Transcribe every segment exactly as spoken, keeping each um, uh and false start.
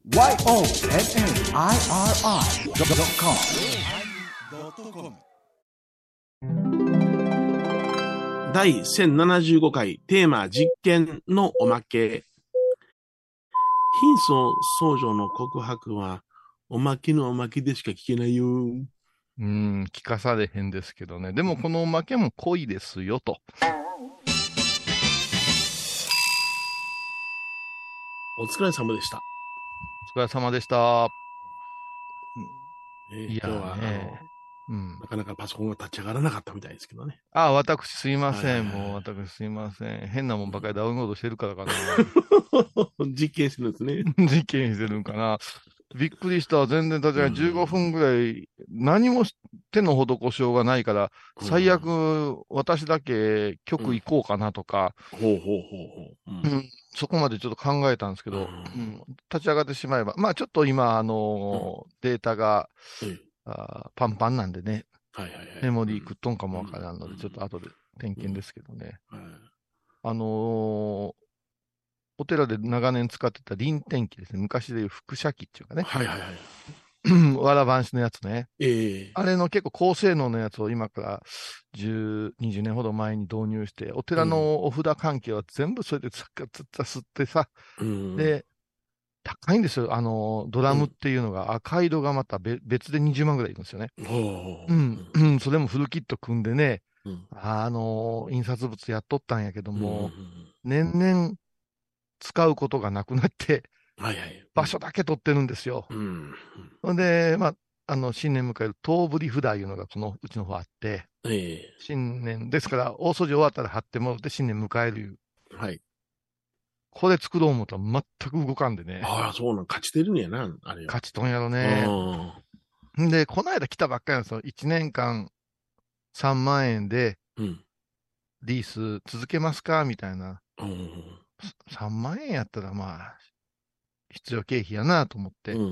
ワイオーエヌエヌアイアールアイドットコム第せんななじゅうごかいテーマ実験のおまけ。貧相僧侶の告白はおまけのおまけでしか聞けないよ。 うーん、聞かされへんですけどね。でもこのおまけも濃いですよと。 お疲れ様でした。 お疲れ様でした。 えーいや今日は、 ね、 あの、 うん。 なかなかパソコンが立ち上がらなかったみたいですけどね。 あ、私すいません。 はいはいはいもう私すいません。変なもんばかりダウンロードしてるからかな。 実験してるんですね。 実験してるんかな。びっくりした。全然、確かにじゅうごふんぐらい、何も手の施しようがないから、最悪、私だけ局行こうかなとか、 ほうほうほうほう。うんうん、そこまでちょっと考えたんですけど、うん、立ち上がってしまえば、まあちょっと今、あのーデータがええあーパンパンなんでね、 はいはいはい。 メモリー食っとんかもわからんので、ちょっと後で点検ですけどね。 はいあのーお寺で長年使ってた輪天機ですね。昔でいう輻射機っていうかね。 はいはいはい。 わらばんしのやつね。 ええあれの結構高性能のやつを今からじゅう、にじゅうねんほど前に導入して、お寺のお札関係は全部それでつっかつったすってさ、 うんで、高いんですよ。あの、ドラムっていうのが赤色がまた別別でにじゅうまんぐらいいるんですよね。 ほう。 うん、うん、それもフルキット組んでね、 うんあの、印刷物やっとったんやけどうんうんも、年々使うことがなくなって、 はいはい。 場所だけ取ってるんですよ。 うんほんで、まあ、あの、新年迎える頭振り札いうのがこのうちの方あって、 ええ新年、ですから、大掃除終わったら貼ってもらって新年迎えるいう。 はい。 これ作ろう思ったら全く動かんでね、 ああ、そうなん、勝ちてるんやな、あれは。 勝ちとんやろうね。 ん。 んで、この間来たばっかりなんですよ。いちねんかんさんまん円でうん。 リース続けますかみたいな。 うん。 さんまん円やったらまあ、必要経費やなと思っうん。 て、 うん。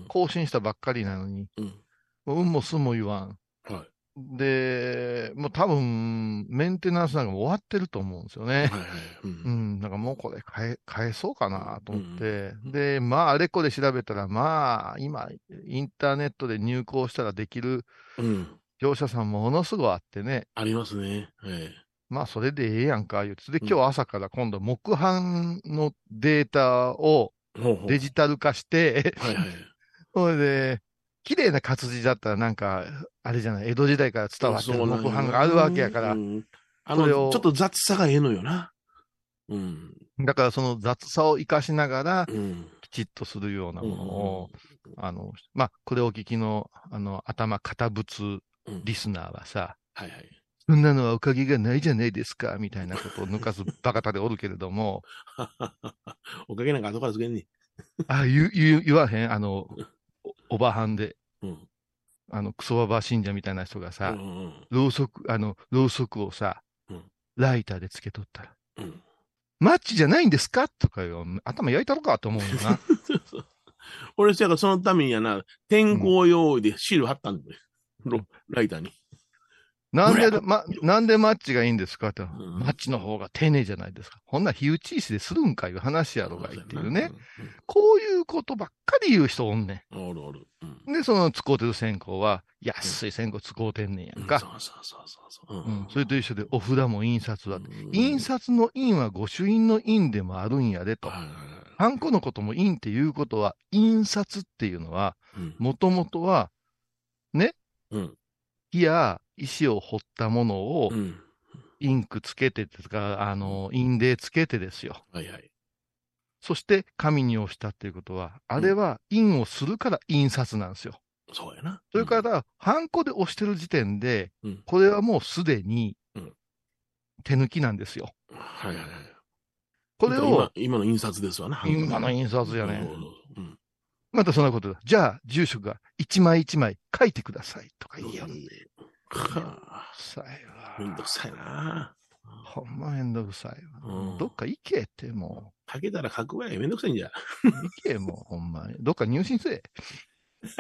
更新したばっかりなのに、 うん。 もう運もすも言わん。 はい。 で、もう多分、メンテナンスなんかも終わってると思うんですよね。 はいはい。う。 うんん、なんかもうこれ変え、変えそうかなとうん。 思って。で、まあ、あれこれ調べたら、まあ、今、インターネットで入稿したらできるうん。 業者さんもものすごいあってね。 ありますね。ええ。 まあ、それでええやんか、言うて。で、 うん。 今日朝から今度、木版のデータをほうほう。 デジタル化して、 はいはい。 それで、綺麗な活字だったらなんか、あれじゃない、江戸時代から伝わってるそうなんよ木版があるわけやかな。うら、 ん。あの、ちょっそれを、 と雑さがええのよな。うん。 だからその雑さを活かしながら、 うん。 きちっとするようなうん。 ものを、あの、まあ、これをお聞きの、あの、頭、堅物うん。 リスナーはさ、 はいはい。 そんなのはおかげがないじゃないですか、みたいなことを抜かすバカタでおるけれども、 おかげなんか後からつけんね。 あ、言う、言う、言わへん、あの、おおばはんで、 うん。 あの、クソババ信者みたいな人がうん。 さ、 うん。 ろうそく、あの、ろうそくをさ、 うん。 ライターでつけとったら、 うん。 マッチじゃないんですかとかよ、頭焼いたろかと思うよな。 俺、そやからそのためにやな、天うん。 候用意でシール貼ったんだよ。ロライターに。 なんで、 ブラック。 ま、なんでマッチがいいんですかって、 うんマッチの方が丁寧じゃないですか。ほんなら火打ち石でするんかいう話やろがいっていうね。こういうことばっかり言う人おんねうん。おるおる。うん。 ん。で、その使うてる線香は、 うん安い線香使うてんねんやうんん。 か。 そうそうそうそうそう。ううん。 ん。 それと一緒で、お札も印刷だって。 うん印刷の印は御朱印の印でもあるんやでと。 はいはいはい。 ハンコのことも印っていうことは、印刷っていうのは、 うん。 もともとは、ね、 うん。 木や石を彫ったものをう、ん。 インクつけてとか、あの、印泥つけてですよ。 はいはい。 そして紙に押したっていうことは、あうん。 れは印をするから印刷なんですよ。 そうやな。 それから、ハンコで押してる時点で、 うん。 これはもうすでにうん手抜きなんですよ。 はいはいはい。 これを、 今、今の印刷ですわな。 今の印刷やなるね。 ほど。うん。 またそんなことだ。じゃあ、住所が一枚一枚書いてくださいとか言いよんねん。 はあ。 さいわ。 めんどくさいな。 ほんまめんどくさいわ。 うん。 どっか行けってもかけたら書くわい。めんどくさいんじゃ。 う。行けもう、ほんまに。どっか入信せえ。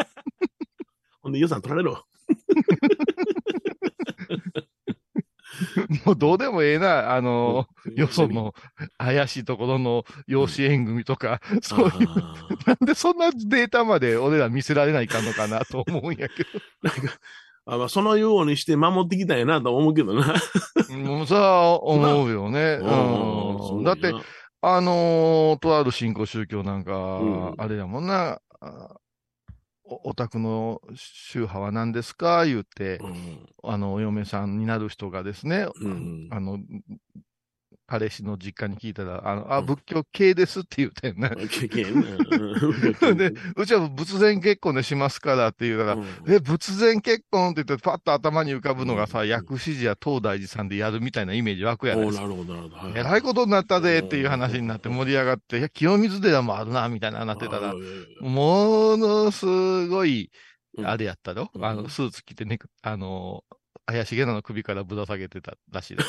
ほんで予算取られろ。 もうどうでもええな、あの、 うんよその怪しいところの養子縁組とか、そういう、 あーなんでそんなデータまで俺ら見せられないかんのかなと思うんやけど。 なんか、あ、まあ、そのようにして守ってきたんやなと思うけどな。 もうさあ、 な。 思うよね。 うん、すうん。だって、 ごいな。 あのーとある新興宗教なんうか、 ん。 あれやもんな、あお、お宅の宗派は何ですか言って、 うん。 あの、お嫁さんになる人がですね、 うん。 あの、彼氏の実家に聞いたら、あの、あ、 うん。 仏教系ですって言うてんね。 経験ね。うん。経験でで、 すね。 うちは仏前結婚でしますからって言うから、 うん。 え、仏前結婚って言って、パッと頭に浮かぶのがさ、 うん。 薬師寺や東大寺さんでやるみたいなイメージ湧くやないおお、 ですか。 なるほど、なるほど。はいえはい。 らいことになったでっていううん。 話になって盛り上がって、いや、清水寺もあるな、みたいななってたら、 ああ、いやいやいや。 ものすごい、 うん。 あれやったろあの、 うん。 スーツ着てね、あの、怪しげなの首からぶら下げてたらしいで。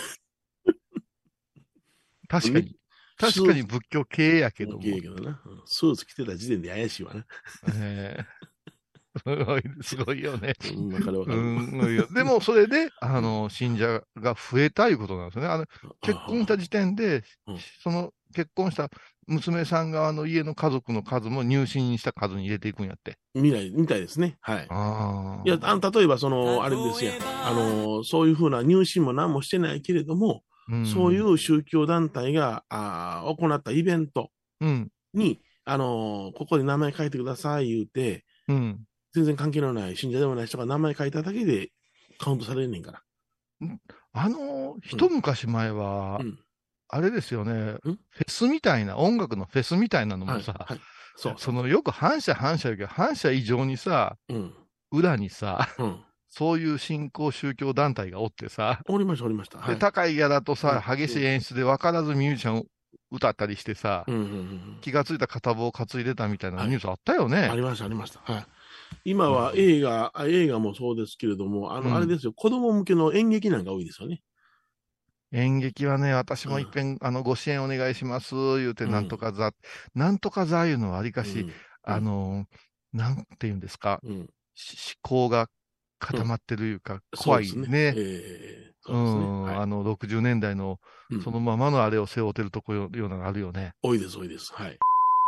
確かね、 に、 スーツ、 確かに仏教系やけども、 経験だな。うん、スーツ着てた時点で怪しいわな。 えーすごい、すごいよね。 うん、わかるわかうる。 ん、いやでも、それで、あうん。 の、信者が増えたいうことなんですよね。あの、 あ結婚した時点で、 あ、うん。 その結婚した娘さん側の家の家族の数も入信した数に入れていくんやって。 未来、みたいですね。はい。いや、あああ、 の、例えば、その、あれですやん。あの、そういうふうな入信も何もしてないけれども、 うそういん、 う宗教団体が、あー行ったイベントうん、 に、あの、ここに名前書いてください言うて、 うん。 全然関係のない信者でもない人が名前書いただけでカウントされんねんから。 あの、 うん。 一昔前は、 うん。 あれですよね、 うん。 フェスみたいな、音楽のフェスみたいなのはい。 もさ、 はい。そうそう。 そのよく反社反社言うけど、反社以上にさ、 うん。 裏にさ、 うん。 そういう新興宗教団体がおってさ、 おりました、おりました。はで、 い。 高いギャラとさ、 うん。 激しいうん。 演出で分からずミュージシャン歌ったりしてさ、 うん。うん。うん。 気がついた片棒を担いでたみたいなはい。 ニュースあったよね。 ありました、ありました。はい。今はうん。 映画、あ映画もそうですけれども、あの、あれうん。 ですよ、子供向けの演劇なんか多いですよね。 演劇はね、私うん。 も一遍、あの、ご支援お願いします、言うて、なんとうん。 か座、なんとか座いうのはありかし、 うん。うあん。 の、なんていうんですか、 うん。 し思考がうん。 固まってるいうか、怖そうですね。 いね。 ええ、 うそうですね。はん、あい。 の、ろくじゅうねんだいの、 うん。 そのままのあれを背負ってるとこよ、ようなのがあるよね。 多いです、多いです。はい。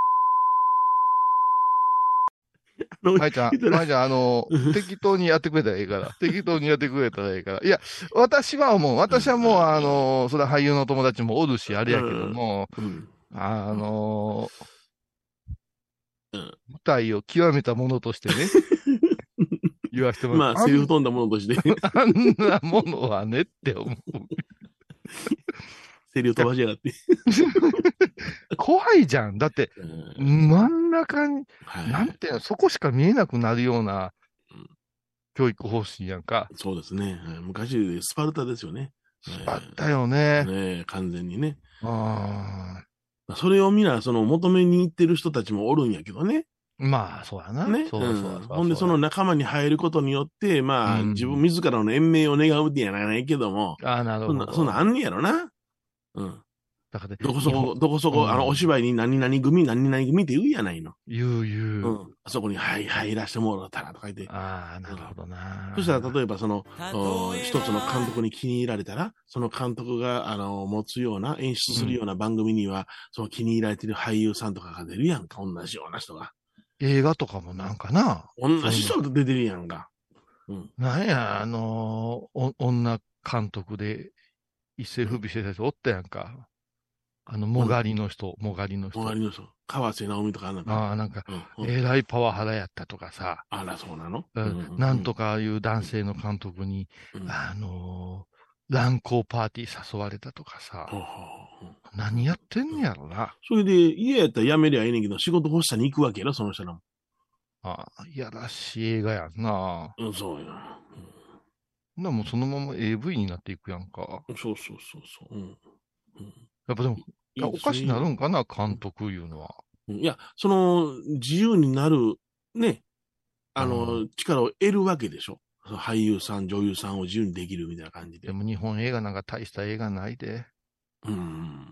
あの、 まいちゃん、 言ったら、 まいちゃん、あの、適当にやってくれたらいいから。適当にやってくれたらいいから。いや、私は思う。私はもう、あの、それは俳優の友達もおるし、あれやけどうん、 も、 うん、 あの、 うん。 舞台を極めたものとしてね、言わせてもらう。 まあ、 あん、 セリフ飛んだものとして、 あんなものはねって思う。いセリフ飛や、 ばしやがって。 怖いじゃん。だって、 うん、 真ん中に、 はいはい。 なんていうの、そこしか見えなくなるような教育方針やんか。 そうですね。はい、昔、スパルタですよね。えスパったよね。 ーねえ、完全にね。 あそれを皆、その、求めに行ってる人たちもおるんやけどね。 あ、まあ、そうやな。 ね。うそうだ、そうだ、 ん。 そうだ、 ほんで、そのそうだ。 仲間に入ることによって、 うまあ、自分ん。 自らの延命を願うってやらないけども、 ああ、なるそんな、そんなんあほど。 んねやろな。うん。 だからね、日本、 どこそこ、どこそこ、あの、おうん、 芝居に何々組、何々組って言うやないの。 言う言う。 うん。あそこに、はい、入らしてもらったらとか言って。 ああ、 うん。 なるほどそしたら、 な。 例えば、その、お一つの監督に気に入られたら、その監督が、あの、持つような、演出うん。 するような番組には、その気に入られてる俳優さんとかが出るやんか、同じような人が。 映画とかもなんかな。 同じそういうの。 人が出てるやんか。うん。 なんや、あのーお、女監督で一世うん。 風靡してた人おったやんか。あの、も女、 がりの人、もがりの人。 周りの人、川瀬直美とかあんなんか。 ああ、なんか、 うん、うん。 えらいパワハラやったとかさ。 あら、そうなの。うん、 うん、 うん、 なんとかいう男性の監督に、 うん。うん。 あのー乱交パーティー誘われたとかさ。 ほうほうほう。 何やってんねやろな。 それで、家やったら辞めりゃええねんけど、仕事欲しさに行くわけやろ、その人らも。 ああ、いやらしい映画やんな。 うん、そうや。 な、もうそのまま エーブイ になっていくやんか。 うん、そうそうそうそう。うん。うん、 やっぱでも、 いいですね、 おかしないいよ。 るんかな、 うん。 監督いうのは。 うん、いや、その、自由になる、ね、あああ。 の、力を得るわけでしょ。その俳優さん、女優さんを自由にできるみたいな感じで。 でも日本映画なんか大した映画ないで。 うん。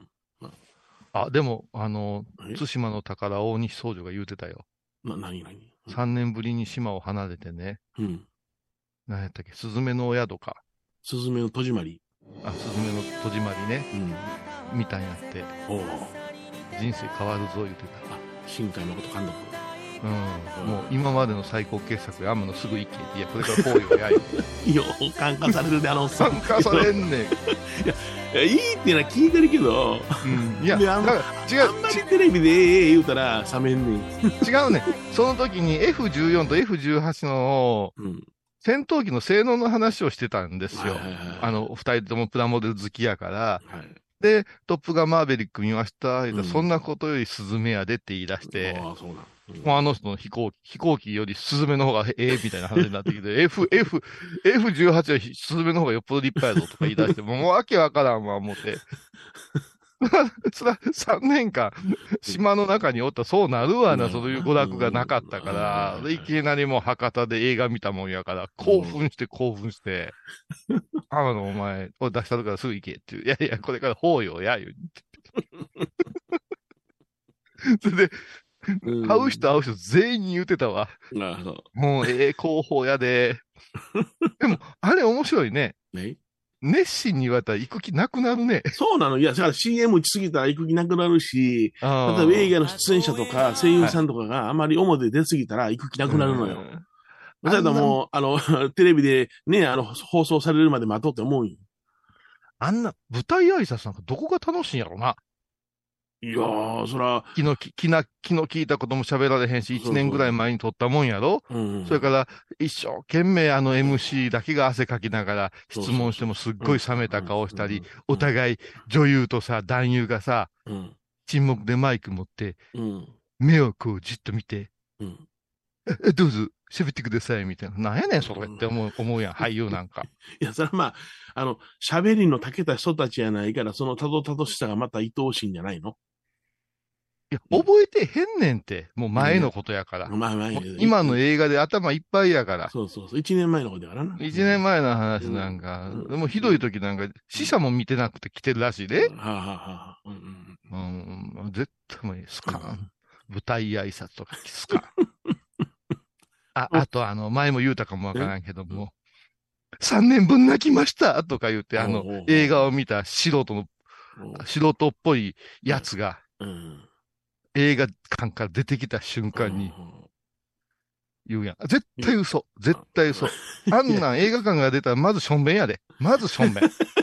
まあ、でも、あの、 あ、え対馬の宝大西総女が言うてたよ。 な、なになに。うん。 さんねんぶりに島を離れてね。 うん。 何やったっけ、スズメのお宿か。 すずめの戸締まり。 あ、すずめの戸締まりね、 うん。 見たんやって、 おう人生変わるぞ言うてあ、新海誠監督。 た。うん。もう今までの最高傑作、天野すぐ行けって、いや、これから法要やよ。 よう感化されるで、あのおっさん。 参加されんねん。 いや、いいっていうのは聞いてるけど、 うん。いや、 であんまだから違うあんまりテレビでええ言うたら冷めんねん。 違うね。その時に エフじゅうよん と エフじゅうはち のうん。 戦闘機の性能の話をしてたんですよ。 はいはいはいあの、二人ともプラモデル好きやから。 はい。 で、トップガンマーベリック見ました。 うんそんなことよりスズメやでって言い出して、 ああ、そうなん。うんもうあの人の飛行機、飛行機よりスズメの方がええみたいな話になってきて、F、F、エフじゅうはち はスズメの方がよっぽど立派やぞとか言い出して、もうもうわけわからんわ、思って。そら、さんねんかん、島の中におったらそうなるわな、そういう娯楽がなかったから、でいきなりもう博多で映画見たもんやから、興奮して興奮して、あの、お前、お出したるからすぐ行けっていう。いやいや、これから法要や、言う。それで、 うん会う人会う人全員に言ってたわ。 なるほど。 もうええ広報やで。でも、あれ面白いね。 ね。 熱心に言われたら行く気なくなるね。 そうなの。いや、だから シーエム 打ちすぎたら行く気なくなるし、 あ例えば映画の出演者とか声優さんとかがあまり表で出すぎたら行く気なくなるのよ。 うんだからもう、あの、テレビでね、あの、放送されるまで待とうって思うんよ。 あんな舞台挨拶なんかどこが楽しいんやろな。 いやー、そら、 気のき、気な、気の利いたことも喋られへんし、一年ぐらい前に撮ったもんやろ。 うん。 それから、一生懸命あの エムシー だけが汗かきながら質問してもすっごい冷めた顔したり、お互い女優とさ、男優がさ、 うん。 沈黙でマイク持って、 うん。 目をこうじっと見て、 うん。 え、どうぞ、喋ってください、みたいな。なんやねん、それって思う、思うやん、俳優なんか。 いや、それはまあ、あの、喋りの長けた人たちやないから、そのたどたどしさがまた愛おしいんじゃないの？ いや、覚えてへんねんって、もう前のことやから。 まあまあ、 もう今の映画で頭いっぱいやから。 そうそうそう。一年前のことだからな。 一年前の話なんか、 うんでもひどい時なんか、死者も見てなくて来てるらしいで。 はあ、はあはあ、うんうんうん、絶対もうスカーン。舞台挨拶とかスカーン。あ、あとあの、前も言うたかもわからんけども、さんねんぶん泣きましたとか言って、あのおうおうおう、 映画を見た素人の、 うん素人っぽいやつが、 うん映画館から出てきた瞬間にうん言うやん。絶対嘘。絶対嘘。あんなん映画館が出たらまずしょんべんやで。まずしょんべん。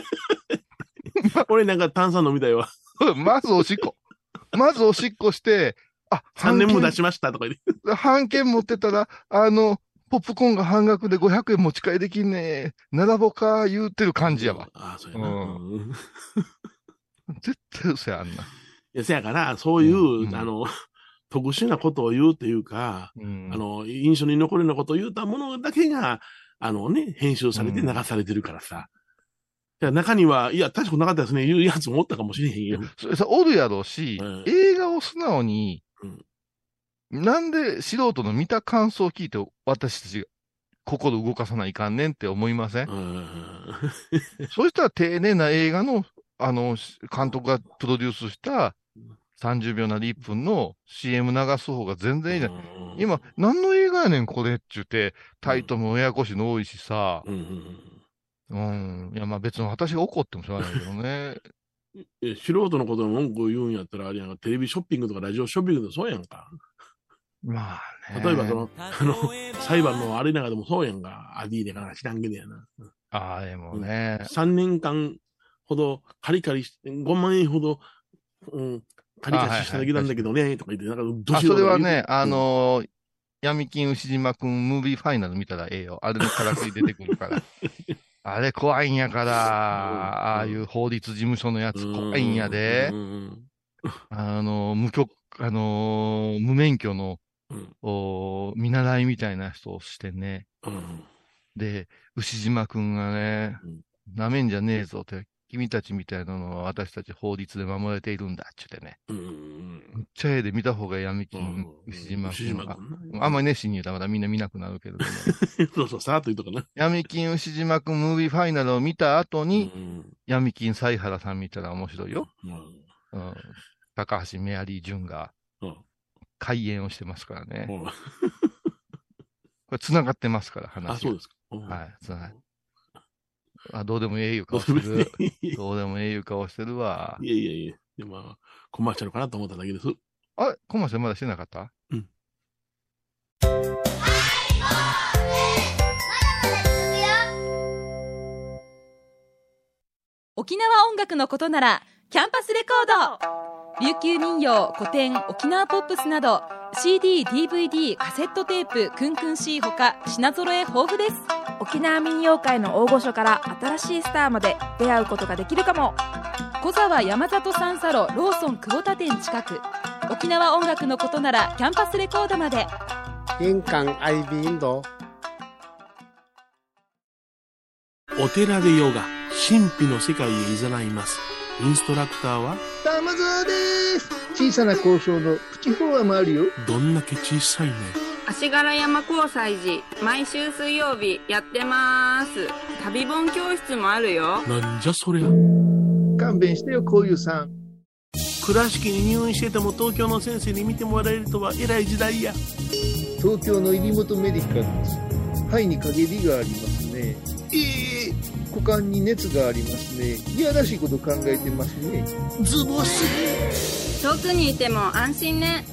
俺なんか炭酸飲みたいわ。 まずおしっこ。まずおしっこして、あ、 さんねんも出ししましたとか言って。 半券持ってたら、あの、ポップコーンが半額でごひゃくえん持ち帰りできんねえ。並ぼか言うてる感じやわ。 ああ、そうやな。 うんうん絶対嘘や、あんな。 いや、せやから、そういう、 うんあの、特殊なことを言うというか、 うんあの、印象に残るようなことを言うたものだけが、あのね、編集されて流されてるからさ。いや中には、いや、確かなかったですね、言うやつもおったかもしれへんよ。 それさ、おるやろうし、 うん映画を素直に、 うんなんで素人の見た感想を聞いて私たちが心動かさないかんねんって思いません？ うんそうしたら丁寧な映画の、あの、監督がプロデュースしたさんじゅうびょうなりいっぷんの シーエム 流す方が全然いいじゃん。今、何の映画やねんこれって言って、タイトルもややこしいの多いしさ。 うんうんうん。いや、まあ別に私が怒ってもしょうがないけどね。 いや素人のことの文句を言うんやったら、あれやんか、テレビショッピングとかラジオショッピングでもそうやんか。 まあね。 例えばその、あの、裁判のあれなんかでもそうやんか。アディーレかな知らんけどやな。 ああ、でもね。 さんねんかんほどカリカリし、ごまんえんほど、うん、カリカリしただけなんだけどね、とか言って、なんかどあ、 しろそれはね、 とか言うてあ、のー闇金牛島くんムービーファイナル見たらええよ。あれのからくり出てくるから。あれ怖いんやから、ああいう法律事務所のやつ怖いんやでう。んあの、無許、あのー無免許の、 うんお見習いみたいな人をしてね。 うんで、牛島くんがねうん、 なめんじゃねえぞって、君たちみたいなのは私たち法律で守られているんだって言ってね。 うんめっちゃええで見た方が闇う金ん、 牛島牛くんが。 島君なあんまり熱心に言うたらまだみんな見なくなるけれども。 そうそう、さーっと言うとかな。 闇金牛島くんムービーファイナルを見た後に、 うん闇金犀原さん見たら面白いよ。 うんうん、高橋メアリー潤がうん開演をしてますからね。 うんこれ繋がってますから、話が。 あ、そうですか。うんはい、つながあ、どうでもええいうどう顔してる。 いやどうでもええいう顔してるわ。 いやいやいや。でもまあ、コマーシャルかなと思っただけです。 あれコマーシャルまだしてなかった？ うん。 沖縄音楽のことならキャンパスレコード。琉球民謡、古典、沖縄ポップスなど シーディー、ディーブイディー、カセットテープ、クンクン C ほか品揃え豊富です。 沖縄民謡界の大御所から新しいスターまで出会うことができるかも。 小沢山里三佐路ローソン久保田店近く。沖縄音楽のことならキャンパスレコードまで。 玄関アイビーインド。 お寺でヨガ、神秘の世界へ誘います。インストラクターは玉沢です。小さな交渉のプチフォアもあるよ。 どんだけ小さいね。 足柄山交際時毎週水曜日やってます。旅本教室もあるよ。 なんじゃそりゃ。 勘弁してよ、こういうさん。 倉敷に入院してても東京の先生に見てもらえるとは偉い時代や。 東京の入本メディカルです。肺に陰りがありますね。 ええー、 股間に熱がありますね。いやらしいこと考えてますね。 ズボス。 遠くにいても安心ね。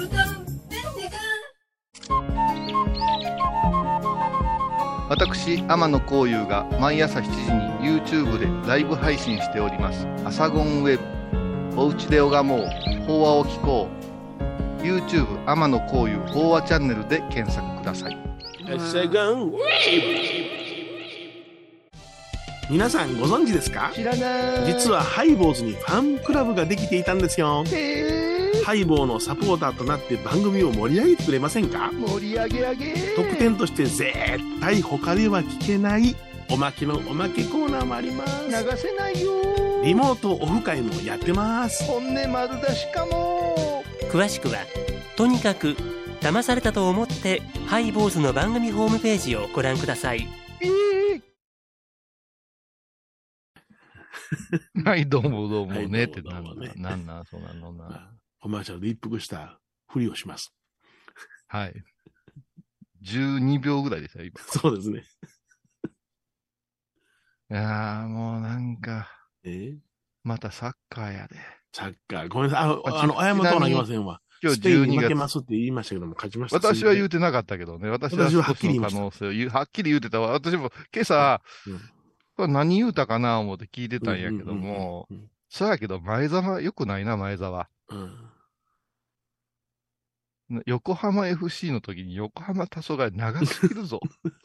私、天野幸雄が毎朝しちじに YouTube でライブ配信しております。アサゴンウェブ。おうちで拝もう。法話を聞こう。YouTube 天野幸雄法話チャンネルで検索ください。 アサゴンウェブ。皆さんご存知ですか？ 知らない。 実はハイボーズにファンクラブができていたんですよ。 へー。 ハイボーのサポーターとなって番組を盛り上げてくれませんか？ 盛り上げ上げ。 特典として絶対他では聞けないおまけのおまけコーナーもあります。 流せないよ。 リモートオフ会もやってます。 本音丸出しかも。 詳しくはとにかく騙されたと思ってハイボーズの番組ホームページをご覧ください。 えーはい、どうもどうもはいねってどうもどうもねなんなんなんそうなのな。 まあコマーシャルで一服したふりをします。 はい。じゅうにびょうぐらいでしたよ、今。 そうですね。 いやーもうなんか、 えー、 またサッカーやで。 サッカー。ごめんなさい。あの、 ああの、謝っとはなりませんわ。 今日スペインに 12 負け月。 ますって言いましたけども、勝ちました。 私は言うてなかったけどね。私は私はは一つのっきり言いました可能性を言う、はっきり言うてたわ。私も今朝、 うんこれ何言うたかな思って聞いてたんやけども、 うんうんうんそうやけど前澤良くないな、前澤。 うん横浜 エフシー の時に横浜多層が長すぎるぞ。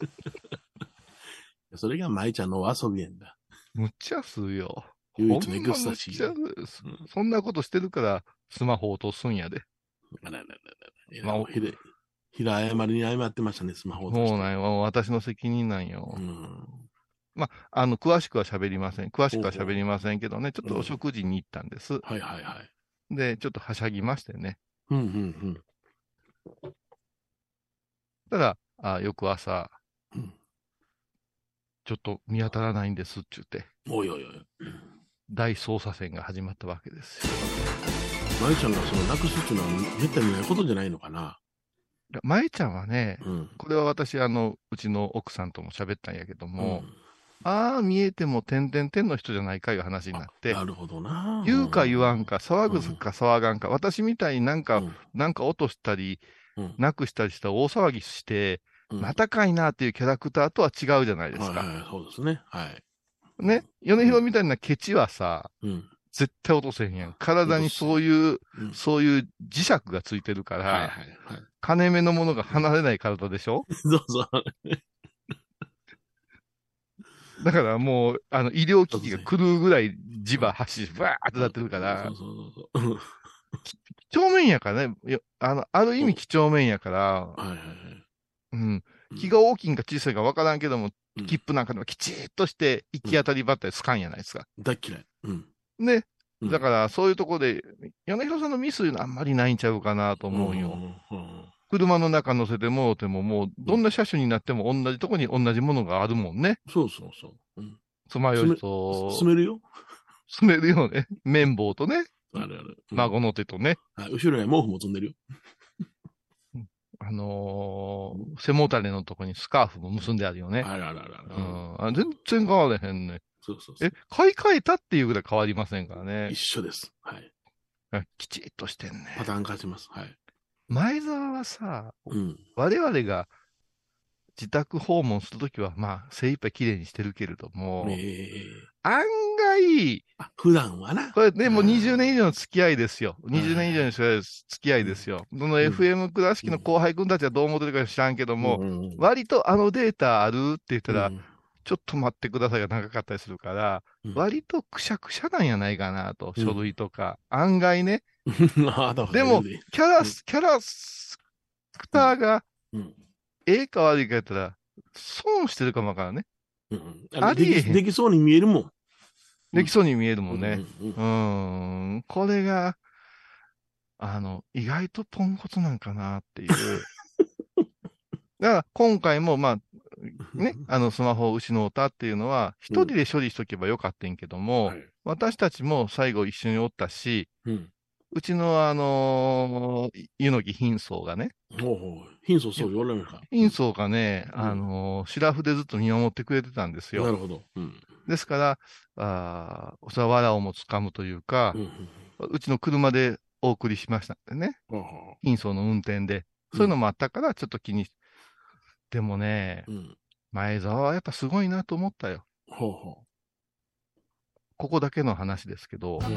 それが舞ちゃんのお遊びやんだ。 むっちゃするよ。 唯一のエクスタシーほんまむっちゃすそんなことしてるからスマホ落とすんやで。 あららららら。 まあまあ、ひで、ひら謝りに謝ってましたね、スマホをそうなんよ。私の責任なんよ。 うん。 まあ、あの、詳しくは喋りません。詳しくは喋りませんけどね、ちょっとお食事に行ったんです。 はいはいはい。 で、ちょっとはしゃぎましてね。 うんうんただ、あ翌朝、 うん。 ちょっと見当たらないんですっちゅうて、 おいおいおい。 大捜査線が始まったわけですよ。 舞ちゃんがそのなくすっていうのはめったにないことじゃないのかな。 舞ちゃんはね、 うん。 これは私、あの、うちの奥さんとも喋ったんやけども、 うんああ、見えても点々点の人じゃないかいう話になってな、るほどな。 言うか言わんか、騒ぐうんか騒がんか、私みたいになんか、 うんなんか落としたり、 うんなくしたりしたら大騒ぎして、 うんまたかいなっていうキャラクターとは違うじゃないですか。 はいはい、そうですね。はい。 ね、米広みたいなケチはさ、 うん。 絶対落とせへんやん。体にそういう、 うんそういう磁石がついてるから、 はいはいはい。 金目のものが離れない体でしょそうそう。 だからもう、あの、医療機器が狂うぐらい磁場走り、バーってなってるからそう、そうそうそう。 几帳面やからね。よあの、ある意味几帳面やから、 はいはいはい。 うん。気が大きいんか小さいか分からんけども、 うん切符なんかでもきちっとして行き当たりばったりつかんやないですか。 大っ嫌い。うん。 ね。 うんだから、そういうとこで、米広さんのミスいうのはあんまりないんちゃうかなと思うよ。 んうん車の中乗せてもうても、もう、どんな車種になっても同じとこに同じものがあるもんね。 そうそうそう。うん。 つまよいと、 進めるよ。 進めるよね。綿棒とね。 あるある。うん孫の手とね。 はい後ろには毛布も積んでるよ。 あのー、背もたれのとこにスカーフも結んであるよね。 あらららら。 うん。あ、全然変わらへんね。 そうそうそう。 え、買い替えたっていうぐらい変わりませんからね。 一緒です。はい。 きちっとしてんね。 パターン化します。はい。 前澤はさ、 うん、 我々が自宅訪問するときは、まあ、精一杯きれいにしてるけれども、えー、案外、 普段はな。 これね、もうにじゅうねん以上の付き合いですよ。にじゅうねん以上の付き合いですよ。その エフエム 倉敷の後輩君たちはどう思ってるか知らんけども、うん、割とあのデータあるって言ったら、うん、ちょっと待ってくださいが長かったりするから、うん、割とくしゃくしゃなんやないかなと、書類とか。案外ね。でも、キャラ、キャラクターが、ええか悪いかやったら、損してるかもわからんね。 うん、ありえへん。できそうに見えるもん。 できそうに見えるもんね。うん、うん、これが、あの、意外とポンコツなんかなっていう。だから今回も、まあ、ね、あの、スマホを失うたっていうのは、一人で処理しとけばよかったんけども、うんはい、私たちも最後一緒におったし、うん、うちのあのー、湯の木貧相がね。 おう貧相そう言われるか。 貧相がね、うん、あのー、シラフでずっと見守ってくれてたんですよ。 なるほど。うん、 ですから、あおさわらをもつかむというか、うんうん、うちの車でお送りしましたんでね。うん、貧相の運転で。そういうのもあったから、ちょっと気に、うん、でもね、うん、前澤はやっぱすごいなと思ったよ。ほうほうここだけの話ですけど、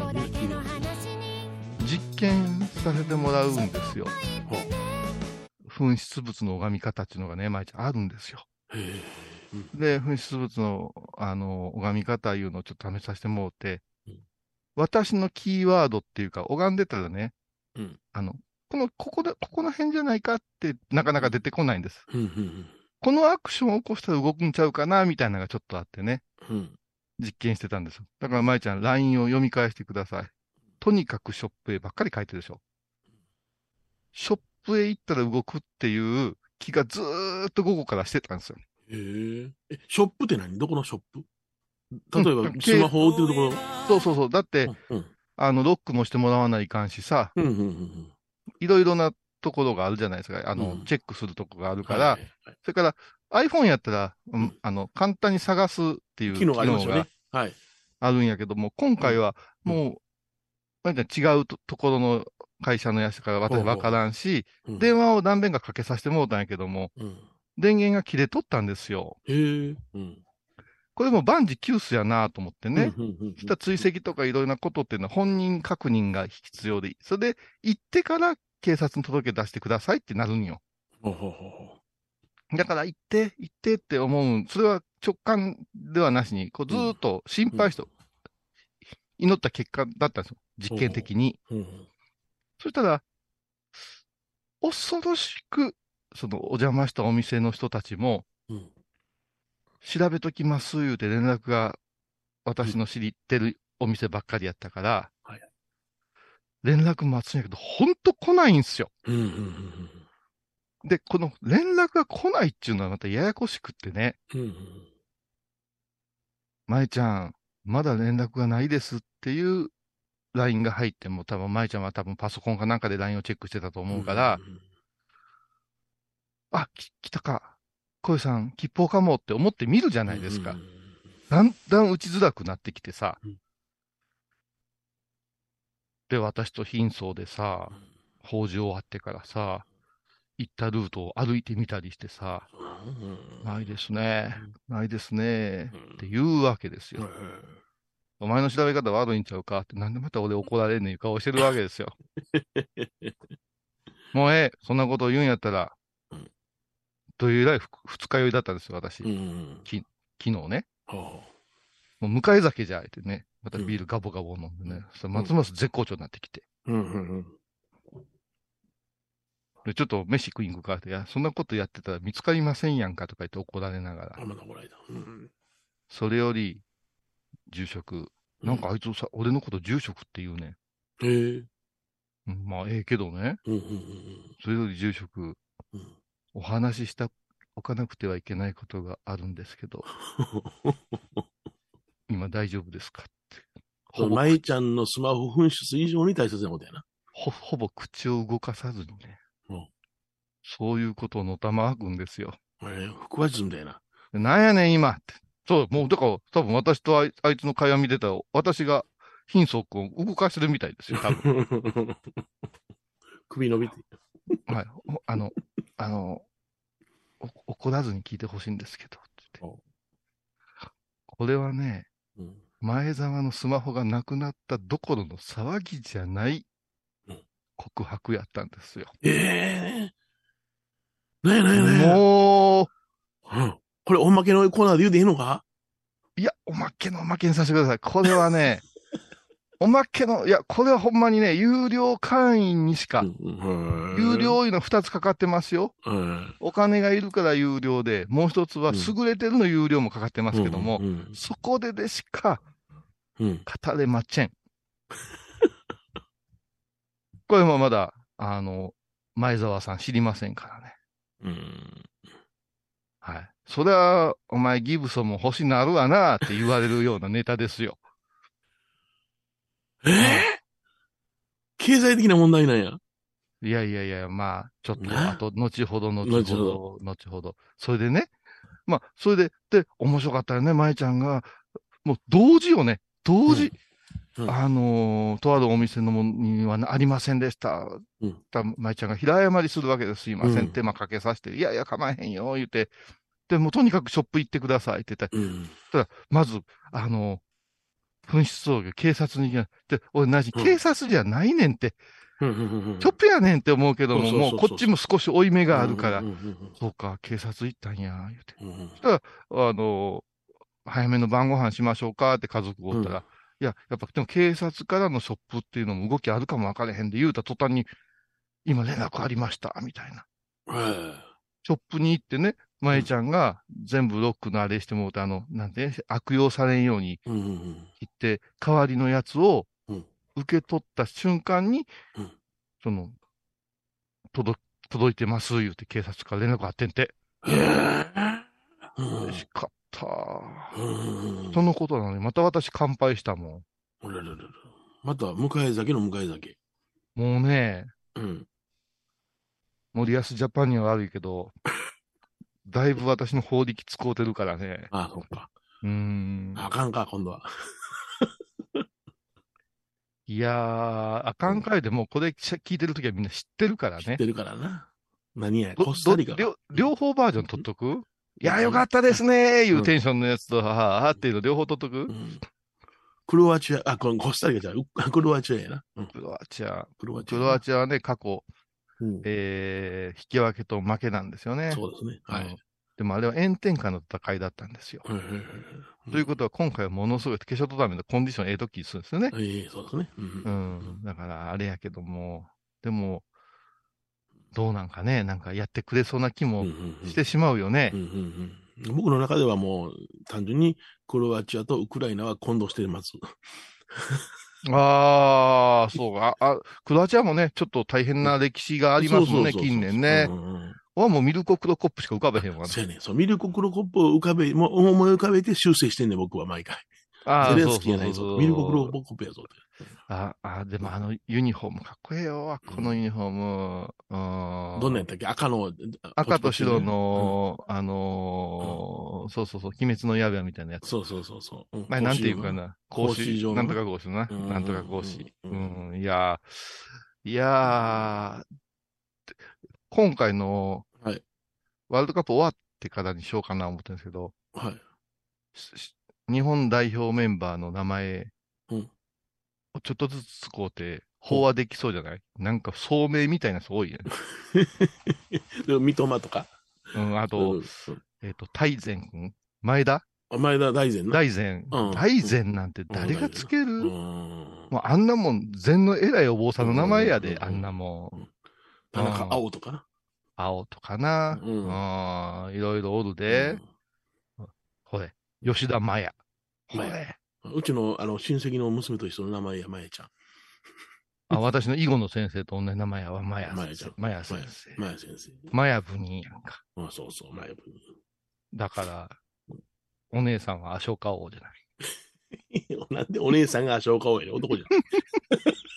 実験させてもらうんですよ。噴出物の拝み方っていうのがね、毎日あるんですよ。で、噴出物の、あの、拝み方いうのをちょっと試させてもらって、うん、私のキーワードっていうか、拝んでたらね、うん、あの、この、ここで、ここの辺じゃないかってなかなか出てこないんです。うんうんうん、このアクションを起こしたら動くんちゃうかな、みたいなのがちょっとあってね、うん、実験してたんです。だから、舞ちゃん、ライン を読み返してください。とにかくショップへばっかり書いてるでしょ。ショップへ行ったら動くっていう気がずーっと午後からしてたんですよ。 へえ。え、ショップって何？どこのショップ？例えば、スマホを売ってるところ、うん、 そうそうそう。だって、うんうん、あの、ロックもしてもらわないかんしさ、うんうんうん、いろいろなところがあるじゃないですか。あの、うん、チェックするところがあるから、はいはいはい、それから iPhone やったら、うん、あの、簡単に探すっていう機能がありますよね。はい。あるんやけども、今回はもう、うん、違う と, ところの会社のやつから私わからんし、うん、電話を何遍かかけさせてもらったんやけども、うん、電源が切れとったんですよ。へー、うん、これも万事休すやなと思ってね。うんうんうんうん、そしたら追跡とかいろいろなことっていうのは本人確認が必要で、それで行ってから警察に届け出してくださいってなるんよ。ほうほうほうだから行って、行ってって思う。それは直感ではなしに、こうずーっと心配して、うんうん祈った結果だったんですよ。実験的に。うんうん、そしたら、恐ろしく、そのお邪魔したお店の人たちも、うん、調べときます言うて連絡が私の知ってるお店ばっかりやったから、うんはい、連絡待つんやけど、ほんと来ないんすよ。うんうんうんうん、で、この連絡が来ないっていうのはまたややこしくってね。うんうん、舞ちゃん、まだ連絡がないですっていう ライン が入っても、多分舞ちゃんは多分パソコンかなんかで ライン をチェックしてたと思うから、うんうん、あ、き来たか。小井さん、吉報かもって思って見るじゃないですか。うんうん、だんだん打ちづらくなってきてさ。うん、で、私と貧相でさ、法事終わってからさ、行ったルートを歩いてみたりしてさ、うん、ないですね、うん、ないですね、うん、って言うわけですよ。お前の調べ方悪いんちゃうかって、なんでまた俺怒られんねんいう顔してるわけですよ。もうええ、そんなことを言うんやったら、うん、という以来二日酔いだったんですよ、私。うん、き昨日ね。もう向かい酒じゃあえてね、またビールガボガボ飲んでね、うん、ますます絶好調になってきて。うんうんうんでちょっと飯食いに行くかって、いや、そんなことやってたら見つかりませんやんかとか言って怒られながら。あ、まだ怒られた。うん、それより、住職。なんかあいつさ、うん、俺のこと住職って言うね。へえ。うん、まあ、ええけどね。うんうんうん、それより住職、うん、お話ししておかなくてはいけないことがあるんですけど、今大丈夫ですかって。 ほぼ舞ちゃんのスマホ紛失以上に大切なことやな。 ほ、ほぼ口を動かさずにね。うん、 そういうことをのたまくんですよ。 えー、腹話術みたいな。 なんやねん、今って。そう、もう、だから、多分私とあいあいつの会話見てたら、私が貧相君を動かしてるみたいですよ、多分。 首伸びて。 はい。あの、あの、怒らずに聞いてほしいんですけど、これはね、うん、前澤のスマホがなくなったどころの騒ぎじゃない告白やったんですよ。 ええー。なやなやなや。もう、 うん、これおまけのコーナーで言うていいのか？ いや、おまけのおまけにさせてください。これはね、おまけの、いや、これはほんまにね、有料会員にしか、有料いうの二つかかってますよ。お金がいるから有料で、もう一つは優れてるの有料もかかってますけども、そこででしか語れません。これもまだ、あの、前澤さん知りませんからね。うん、はい。それは、お前ギブソンも欲しなるわなって言われるようなネタですよ。 えー、経済的な問題なんや。 いやいやいや、まあ、ちょっと、あと、後ほど、後ほど、後ほど。それでね、まあ、それで、で、面白かったよね、舞ちゃんが、もう、同時よね、同時。うんうん、あのー、とあるお店のものにはありませんでした。うん、舞ちゃんが平謝りするわけです。すいません、うん、手間かけさせて、いやいや、構えへんよ、言うて。で、もうとにかくショップ行ってくださいって言ったら、うん、ただ、まず、あのー、紛失騒ぎ、警察に行きで、俺、なし、うん、警察じゃないねんって。ショップやねんって思うけども、もうこっちも少し負い目があるから、そうか、警察行ったんや、言うて。うん、そしたら、あのー、早めの晩ご飯しましょうかって家族がおったら、うん、いや、やっぱ、でも警察からのショップっていうのも動きあるかも分からへんで言うた途端に、今連絡ありました、みたいな。ショップに行ってね、舞ちゃんが全部ロックのあれしてもうて、あの、なんて、悪用されんように切って、代わりのやつを受け取った瞬間に、うん、その、届、届いてます、言うて警察から連絡あってんて。へぇー。嬉しかった。そのことなのに、また私乾杯したもん。 ららららまた、迎え酒の迎え酒。 もうね、うん。森保ジャパンには悪いけど、だいぶ私の法力使うてるからね。 ああ、そっか。 うーん。 あかんか、今度は。 いやー、あかんかいでもうこれ聞いてるときはみんな知ってるからね。知ってるからな。何や、コスタリカ。 両、両方バージョン取っとく、うん、いや、よかったですねー、いうテンションのやつと、はははっていうの両方取っとく、うん、 クロアチア、あ、このコスタリカじゃん。クロアチアやな。 うん、クロアチア。クロアチア。クロアチアはね、過去、うん、えー、引き分けと負けなんですよね。 そうですね。はい。 でもあれは炎天下の戦いだったんですよ。ということは今回はものすごい決勝トーナメントコンディションええときするんですよね。 ええ、そうですね。 うん。だからあれやけども、でも、どうなんかね、なんかやってくれそうな気もしてしまうよね。 僕の中ではもう単純にクロアチアとウクライナは混同してます。 ああ、そうか。あ、クロアチアもね、ちょっと大変な歴史がありますもんね、近年ね。はもうミルコ・クロコップしか浮かべへんわ、ね。 そうやね。そう、ミルコ・クロコップを浮かべ、もう思い浮かべて修正してんね、僕は毎回。ああ、ゼレンスキーやないぞ。ミルコ・クロコップやぞ。 ああ、でもあのユニフォームかっこええよ。このユニフォーム。うん、 どんなんやったっけ赤の。 赤と白の、うん、あのーうん、そうそうそう、鬼滅の刃みたいなやつ。 そうそうそうそう。 うん、まあ、なんていうかな。格子状。なんとか格子な。なんとか格子。うん、いやー、いやー、今回の、はい、ワールドカップ終わってからにしようかな思ってるんですけど、はい、日本代表メンバーの名前、うん、ちょっとずつ使うて、飽和できそうじゃない、うん、なんか、聡明みたいな人多いよね。 でも、三笘とかうん、あと、うん、えっ、ー、と、大善君前田前田大然な。 大然。うん、大然なんて誰がつける、うん、もうあんなもん、禅の偉いお坊さんの名前やで、うん、あんなもん。 田中青とかな。 青とかな。うん。あいろいろおるで。うん、ほれ、吉田麻也。 ほれ。うちの、あの、親戚の娘と一緒の名前や、麻也ちゃん。 あ、私の囲碁の先生と同じ名前やわ、麻也。 麻也ちゃん。 麻也先生。 麻也先生。 麻也部人やんか。 あ、そうそう、麻也部人。 だから、お姉さんはアショカ王じゃない。 なんでお姉さんがアショカ王やね、男じゃん。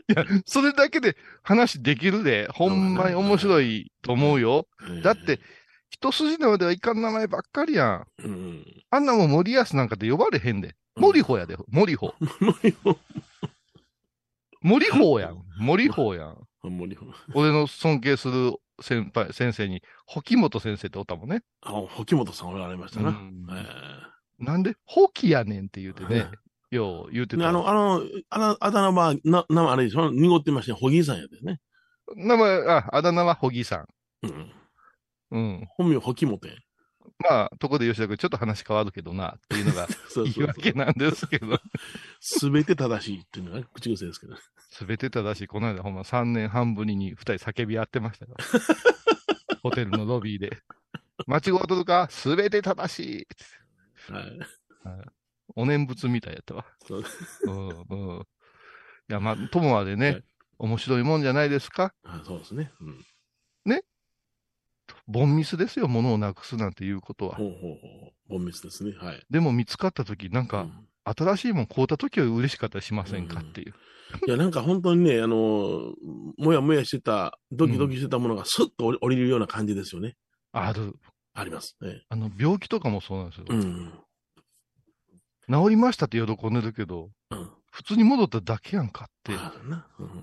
や、それだけで話できるで、ほんまに面白いと思うよ。だって、一筋縄ではいかん名前ばっかりやん。うん、あんなもん森保なんかで呼ばれへんで。森保やで、森保。森保。森保やん。森保やん。森保。俺の尊敬する先輩、先生に、保木本先生っておったもんね。 あ、保木本さんおられましたな。うんえー、なんで、保木やねんって言うてね。よう言うてた。 あの、あの、あの、あだ名は、な、な、あれでしょ濁ってましたね。ホギーさんやでね。 名前、あ、あだ名はホギーさん。うん。うん。 本名、保木本や。 まあ、とこで吉田君、ちょっと話変わるけどな、っていうのが言い訳なんですけど。 すべて正しいっていうのが口癖ですけど。 すべて正しい。この間、ほんまさんねんはんぶりに二人叫び合ってましたよ。ホテルのロビーで。間違うとるかすべて正しい。はい。はい、お念仏みたいやったわ。そうです。うんうん。いや、まあ、ともあれね、はい、面白いもんじゃないですか。 あそうですね。うん、 ね。ボンミスですよ、物をなくすなんていうことは。 ほうほうほう。ボンミスですね。はい。 でも見つかったとき、なんか、うん、新しいもん買うたときは嬉しかったりしませんかっていう。 うん、いや、なんか本当にね、あの、もやもやしてた、ドキドキしてたものがスッと降りるような感じですよね。 うん、ある。 あります、ね。 あの、病気とかもそうなんですよ。うん、治りましたって喜んでるけど、うん、普通に戻っただけやんかって。うん、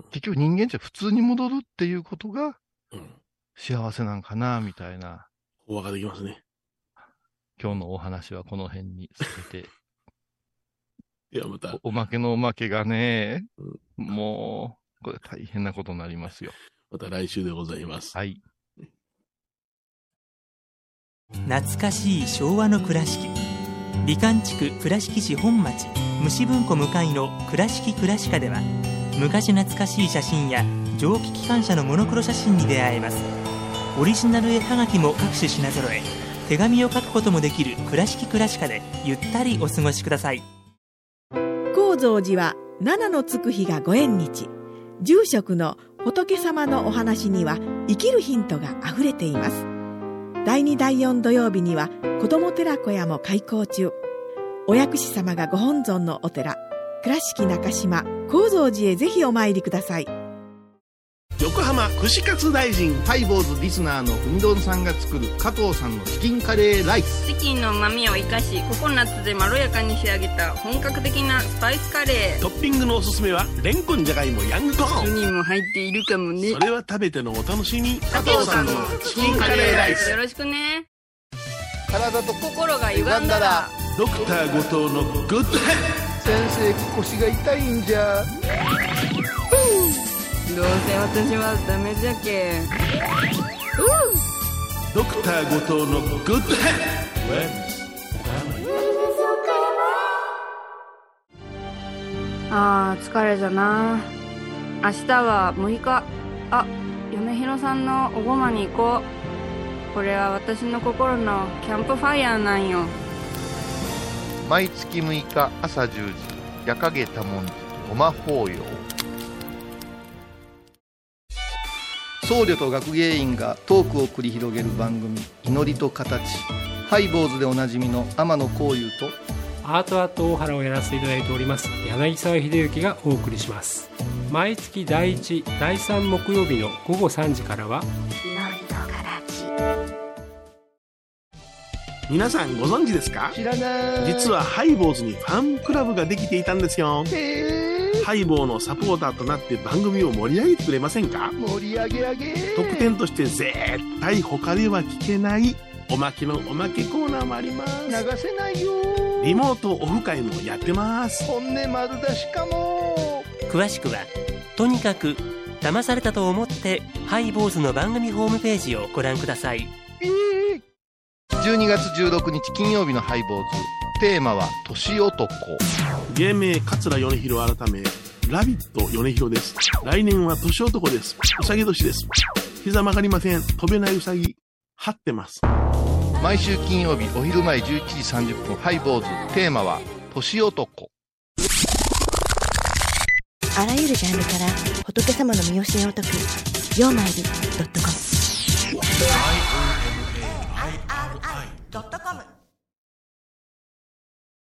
結局人間じゃ普通に戻るっていうことが、うん幸せなんかな、みたいな。 お分かできますね。 今日のお話はこの辺にさせて。 いや、またお。おまけのおまけがね、うん、もう、これ大変なことになりますよ。 また来週でございます。 はい。 懐かしい昭和の倉敷。美観地区倉敷市本町虫文庫向かいの倉敷倉歯科では、昔懐かしい写真や蒸気機関車のモノクロ写真に出会えます。オリジナル絵はがきも各種品揃え、手紙を書くこともできる倉敷倉歯科でゆったりお過ごしください。 高蔵寺は七のつく日がご縁日。住職の仏様のお話には生きるヒントがあふれています。だいにだいよん土曜日には子ども寺小屋も開校中。お薬師様がご本尊のお寺、倉敷中島・高蔵寺へぜひお参りください。 横浜串カツ大臣ハイボーズリスナーのうみどんさんが作る加藤さんのチキンカレーライス。 チキンの旨味を生かしココナッツでまろやかに仕上げた本格的なスパイスカレー。 トッピングのおすすめはレンコン、じゃがいも、ヤングコーン。 にも入っているかもね。 それは食べてのお楽しみ。 加藤さんのチキンカレーライス、よろしくね。 体と心が歪んだらドクター後藤のグッドヘッド。 先生、腰が痛いんじゃ。 どうせ私はダメじゃけ。 ドクター後藤のグッドヘッド。あー疲れじゃな。明日はむいか。あ、米広さんのおごまに行こう。これは私の心のキャンプファイヤーなんよ。 毎月むいか朝じゅうじ、夜影多文字ごま法要。 僧侶と学芸員がトークを繰り広げる番組、祈りと形。ハイボーズでおなじみの天野幸雄とアートアート大原をやらせていただいております柳沢秀幸がお送りします。毎月だいいち、だいさん木曜日のごごさんじからは祈りと形。 皆さんご存知ですか？ 知らない。 実はハイボーズにファンクラブができていたんですよ。 へー。 ハイボーのサポーターとなって番組を盛り上げてくれませんか？ 盛り上げ上げ。 特典として絶対他では聞けないおまけのおまけコーナーもあります。 流せないよ。 リモートオフ会もやってます。 本音丸出しかも。 詳しくはとにかく騙されたと思ってハイボーズの番組ホームページをご覧ください。 じゅうにがつじゅうろくにち金曜日のハイボーズ、テーマは年男。 芸名桂米広改めラビット米広です。来年は年男です。うさぎ年です。膝曲がりません。飛べないうさぎ張ってます。 毎週金曜日お昼前じゅういちじさんじゅっぷん、ハイボーズ、テーマは年男。 あらゆるジャンルから仏様の身教えを解くようまいり .com。 アイオーエムエーアイアールアイ ドットコム